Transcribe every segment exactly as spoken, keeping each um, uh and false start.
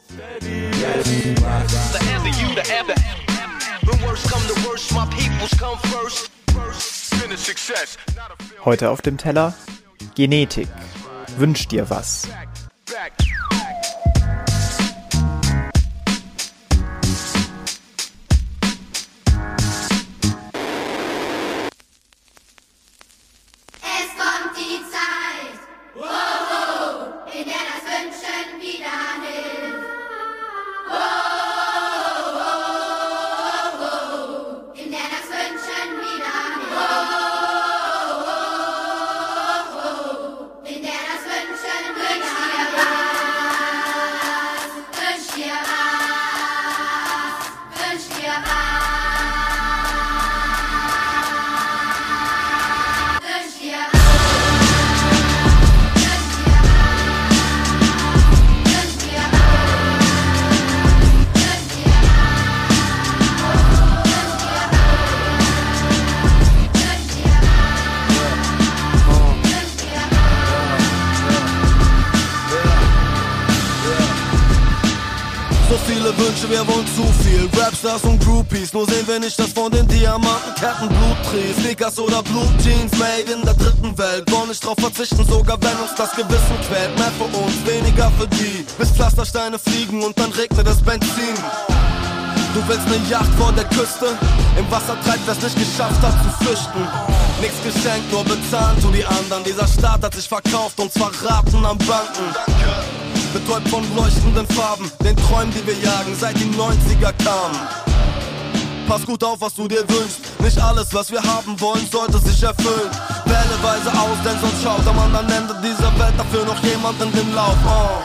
Heute auf dem Teller Genetik. Wünsch dir was. Wünsche, wir wollen zu viel. Rapstars und Groupies, nur sehen wir nicht, dass von den Diamantenketten Blut trieft. Sneakers oder Blue Jeans, made in der dritten Welt. Wollen nicht drauf verzichten, sogar wenn uns das Gewissen quält. Mehr für uns, weniger für die. Bis Pflastersteine fliegen und dann regnet es Benzin. Du willst ne Yacht vor der Küste, im Wasser treibt, wer's nicht geschafft hat zu flüchten. Nichts geschenkt, nur bezahlen tu die anderen. Dieser Staat hat sich verkauft und verraten an Banken. Betäubt von leuchtenden Farben, den Träumen, die wir jagen, seit die neunziger kamen. Pass gut auf, was du dir wünschst. Nicht alles, was wir haben wollen, sollte sich erfüllen. Wähle weise aus, denn sonst schaut am anderen Ende dieser Welt dafür noch jemand in den Lauf. Oh.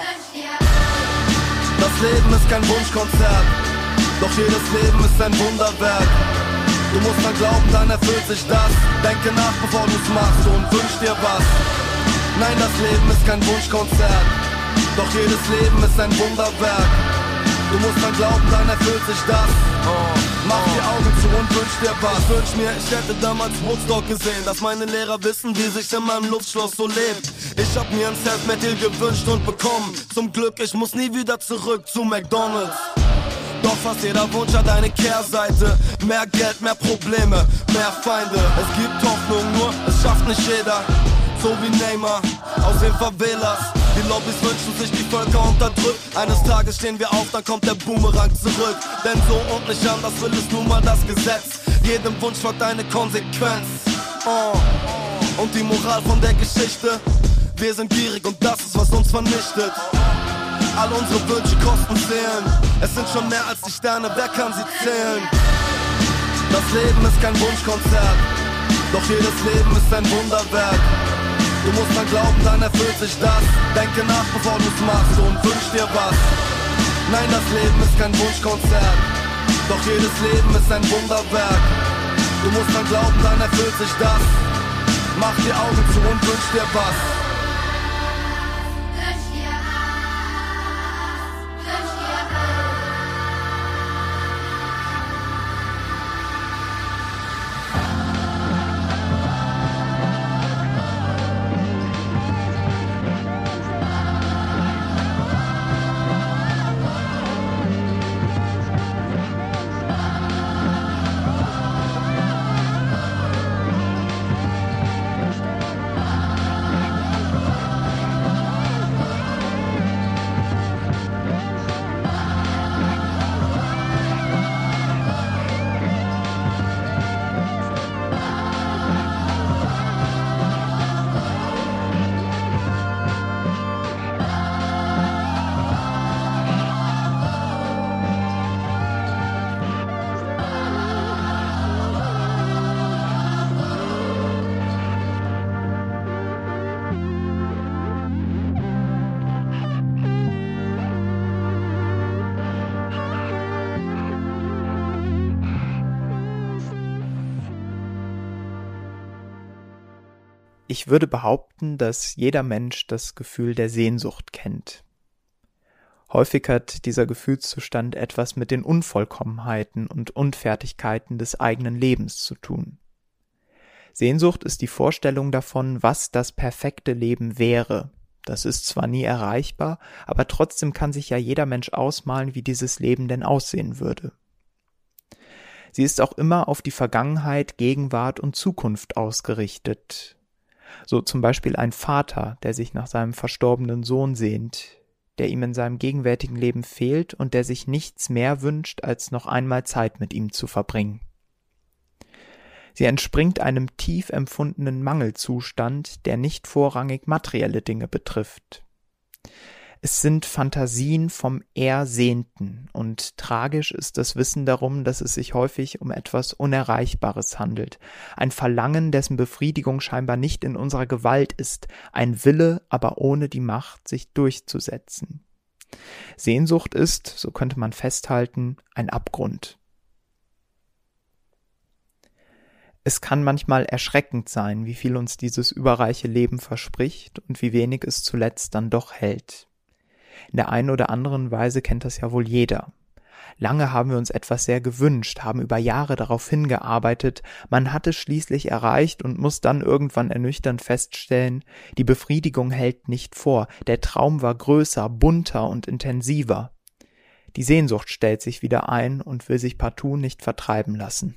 Das Leben ist kein Wunschkonzert, doch jedes Leben ist ein Wunderwerk. Du musst dran glauben, dann erfüllt sich das. Denke nach, bevor du's machst und wünsch dir was. Nein, das Leben ist kein Wunschkonzert, doch jedes Leben ist ein Wunderwerk. Du musst dran glauben, dann erfüllt sich das. Oh, mach oh. die Augen zu und wünsch dir was. Ich wünsch mir, ich hätte damals Woodstock gesehen, dass meine Lehrer wissen, wie sich's in meinem Luftschloss so lebt. Ich hab mir ein Selfmade gewünscht und bekommen. Zum Glück, ich muss nie wieder zurück zu McDonald's. Doch fast jeder Wunsch hat eine Kehrseite. Mehr Geld, mehr Probleme, mehr Feinde. Es gibt Hoffnung, nur es schafft nicht jeder. So wie Neymar aus den Favelas. Die Lobbys wünschen sich die Völker unterdrückt. Eines Tages stehen wir auf, dann kommt der Boomerang zurück. Denn so und nicht anders will es nun mal das Gesetz. Jedem Wunsch folgt eine Konsequenz. Oh. Und die Moral von der Geschichte: wir sind gierig und das ist, was uns vernichtet. All unsere Wünsche kosten Seelen. Es sind schon mehr als die Sterne, wer kann sie zählen? Das Leben ist kein Wunschkonzert, doch jedes Leben ist ein Wunderwerk. Du musst dran glauben, dann erfüllt sich das. Denke nach, bevor du's machst und wünsch dir was. Nein, das Leben ist kein Wunschkonzert, doch jedes Leben ist ein Wunderwerk. Du musst dran glauben, dann erfüllt sich das. Mach die Augen zu und wünsch dir was. Ich würde behaupten, dass jeder Mensch das Gefühl der Sehnsucht kennt. Häufig hat dieser Gefühlszustand etwas mit den Unvollkommenheiten und Unfertigkeiten des eigenen Lebens zu tun. Sehnsucht ist die Vorstellung davon, was das perfekte Leben wäre, Das ist zwar nie erreichbar, aber trotzdem kann sich ja jeder Mensch ausmalen, wie dieses Leben denn aussehen würde. Sie ist auch immer auf die Vergangenheit, Gegenwart und Zukunft ausgerichtet. So zum Beispiel ein Vater, der sich nach seinem verstorbenen Sohn sehnt, der ihm in seinem gegenwärtigen Leben fehlt und der sich nichts mehr wünscht, als noch einmal Zeit mit ihm zu verbringen. Sie entspringt einem tief empfundenen Mangelzustand, der nicht vorrangig materielle Dinge betrifft. Es sind Fantasien vom Ersehnten und tragisch ist das Wissen darum, dass es sich häufig um etwas Unerreichbares handelt. Ein Verlangen, dessen Befriedigung scheinbar nicht in unserer Gewalt ist, ein Wille, aber ohne die Macht, sich durchzusetzen. Sehnsucht ist, so könnte man festhalten, ein Abgrund. Es kann manchmal erschreckend sein, wie viel uns dieses überreiche Leben verspricht und wie wenig es zuletzt dann doch hält. In der einen oder anderen Weise kennt das ja wohl jeder. Lange haben wir uns etwas sehr gewünscht, haben über Jahre darauf hingearbeitet, man hat es schließlich erreicht und muss dann irgendwann ernüchternd feststellen, die Befriedigung hält nicht vor, der Traum war größer, bunter und intensiver. Die Sehnsucht stellt sich wieder ein und will sich partout nicht vertreiben lassen.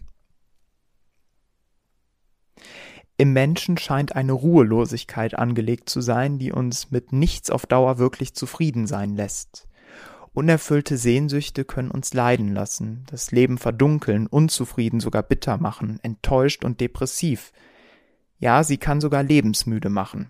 Im Menschen scheint eine Ruhelosigkeit angelegt zu sein, die uns mit nichts auf Dauer wirklich zufrieden sein lässt. Unerfüllte Sehnsüchte können uns leiden lassen, das Leben verdunkeln, unzufrieden, sogar bitter machen, enttäuscht und depressiv. Ja, sie kann sogar lebensmüde machen.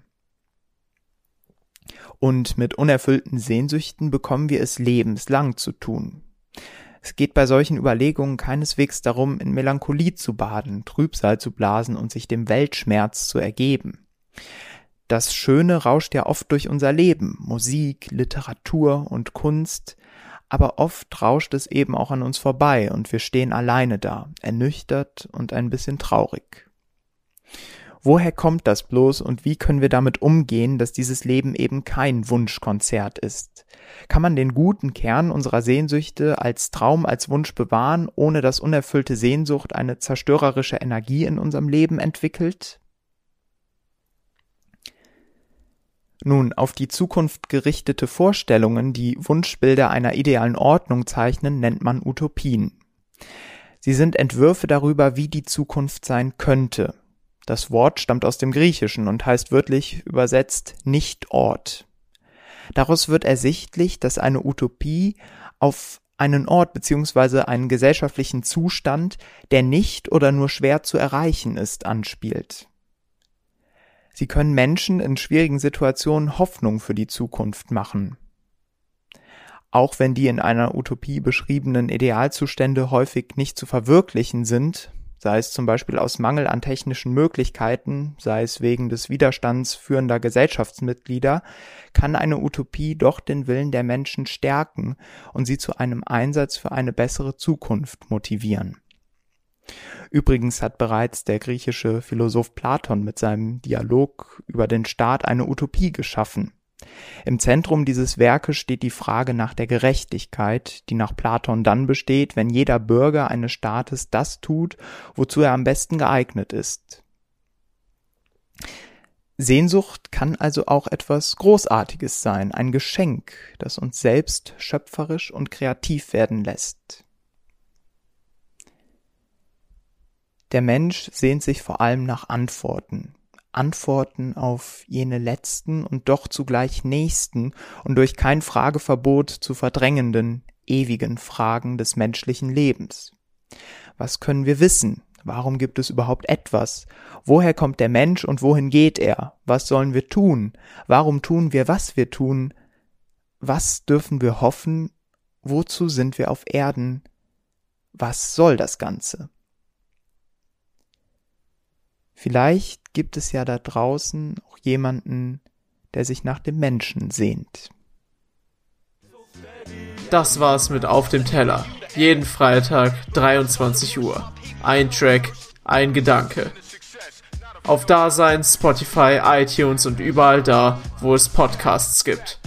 Und mit unerfüllten Sehnsüchten bekommen wir es lebenslang zu tun. Es geht bei solchen Überlegungen keineswegs darum, in Melancholie zu baden, Trübsal zu blasen und sich dem Weltschmerz zu ergeben. Das Schöne rauscht ja oft durch unser Leben, Musik, Literatur und Kunst, aber oft rauscht es eben auch an uns vorbei und wir stehen alleine da, ernüchtert und ein bisschen traurig. Woher kommt das bloß und wie können wir damit umgehen, dass dieses Leben eben kein Wunschkonzert ist? Kann man den guten Kern unserer Sehnsüchte als Traum, als Wunsch bewahren, ohne dass unerfüllte Sehnsucht eine zerstörerische Energie in unserem Leben entwickelt? Nun, auf die Zukunft gerichtete Vorstellungen, die Wunschbilder einer idealen Ordnung zeichnen, nennt man Utopien. Sie sind Entwürfe darüber, wie die Zukunft sein könnte. Das Wort stammt aus dem Griechischen und heißt wörtlich übersetzt Nicht-Ort. Daraus wird ersichtlich, dass eine Utopie auf einen Ort bzw. einen gesellschaftlichen Zustand, der nicht oder nur schwer zu erreichen ist, anspielt. Sie können Menschen in schwierigen Situationen Hoffnung für die Zukunft machen. Auch wenn die in einer Utopie beschriebenen Idealzustände häufig nicht zu verwirklichen sind, sei es zum Beispiel aus Mangel an technischen Möglichkeiten, sei es wegen des Widerstands führender Gesellschaftsmitglieder, kann eine Utopie doch den Willen der Menschen stärken und sie zu einem Einsatz für eine bessere Zukunft motivieren. Übrigens hat bereits der griechische Philosoph Platon mit seinem Dialog über den Staat eine Utopie geschaffen. Im Zentrum dieses Werkes steht die Frage nach der Gerechtigkeit, die nach Platon dann besteht, wenn jeder Bürger eines Staates das tut, wozu er am besten geeignet ist. Sehnsucht kann also auch etwas Großartiges sein, ein Geschenk, das uns selbst schöpferisch und kreativ werden lässt. Der Mensch sehnt sich vor allem nach Antworten. Antworten auf jene letzten und doch zugleich nächsten und durch kein Frageverbot zu verdrängenden, ewigen Fragen des menschlichen Lebens. Was können wir wissen? Warum gibt es überhaupt etwas? Woher kommt der Mensch und wohin geht er? Was sollen wir tun? Warum tun wir, was wir tun? Was dürfen wir hoffen? Wozu sind wir auf Erden? Was soll das Ganze? Vielleicht gibt es ja da draußen auch jemanden, der sich nach dem Menschen sehnt. Das war's mit Auf dem Teller. Jeden Freitag, dreiundzwanzig Uhr. Ein Track, ein Gedanke. Auf Dasein, Spotify, iTunes und überall da, wo es Podcasts gibt.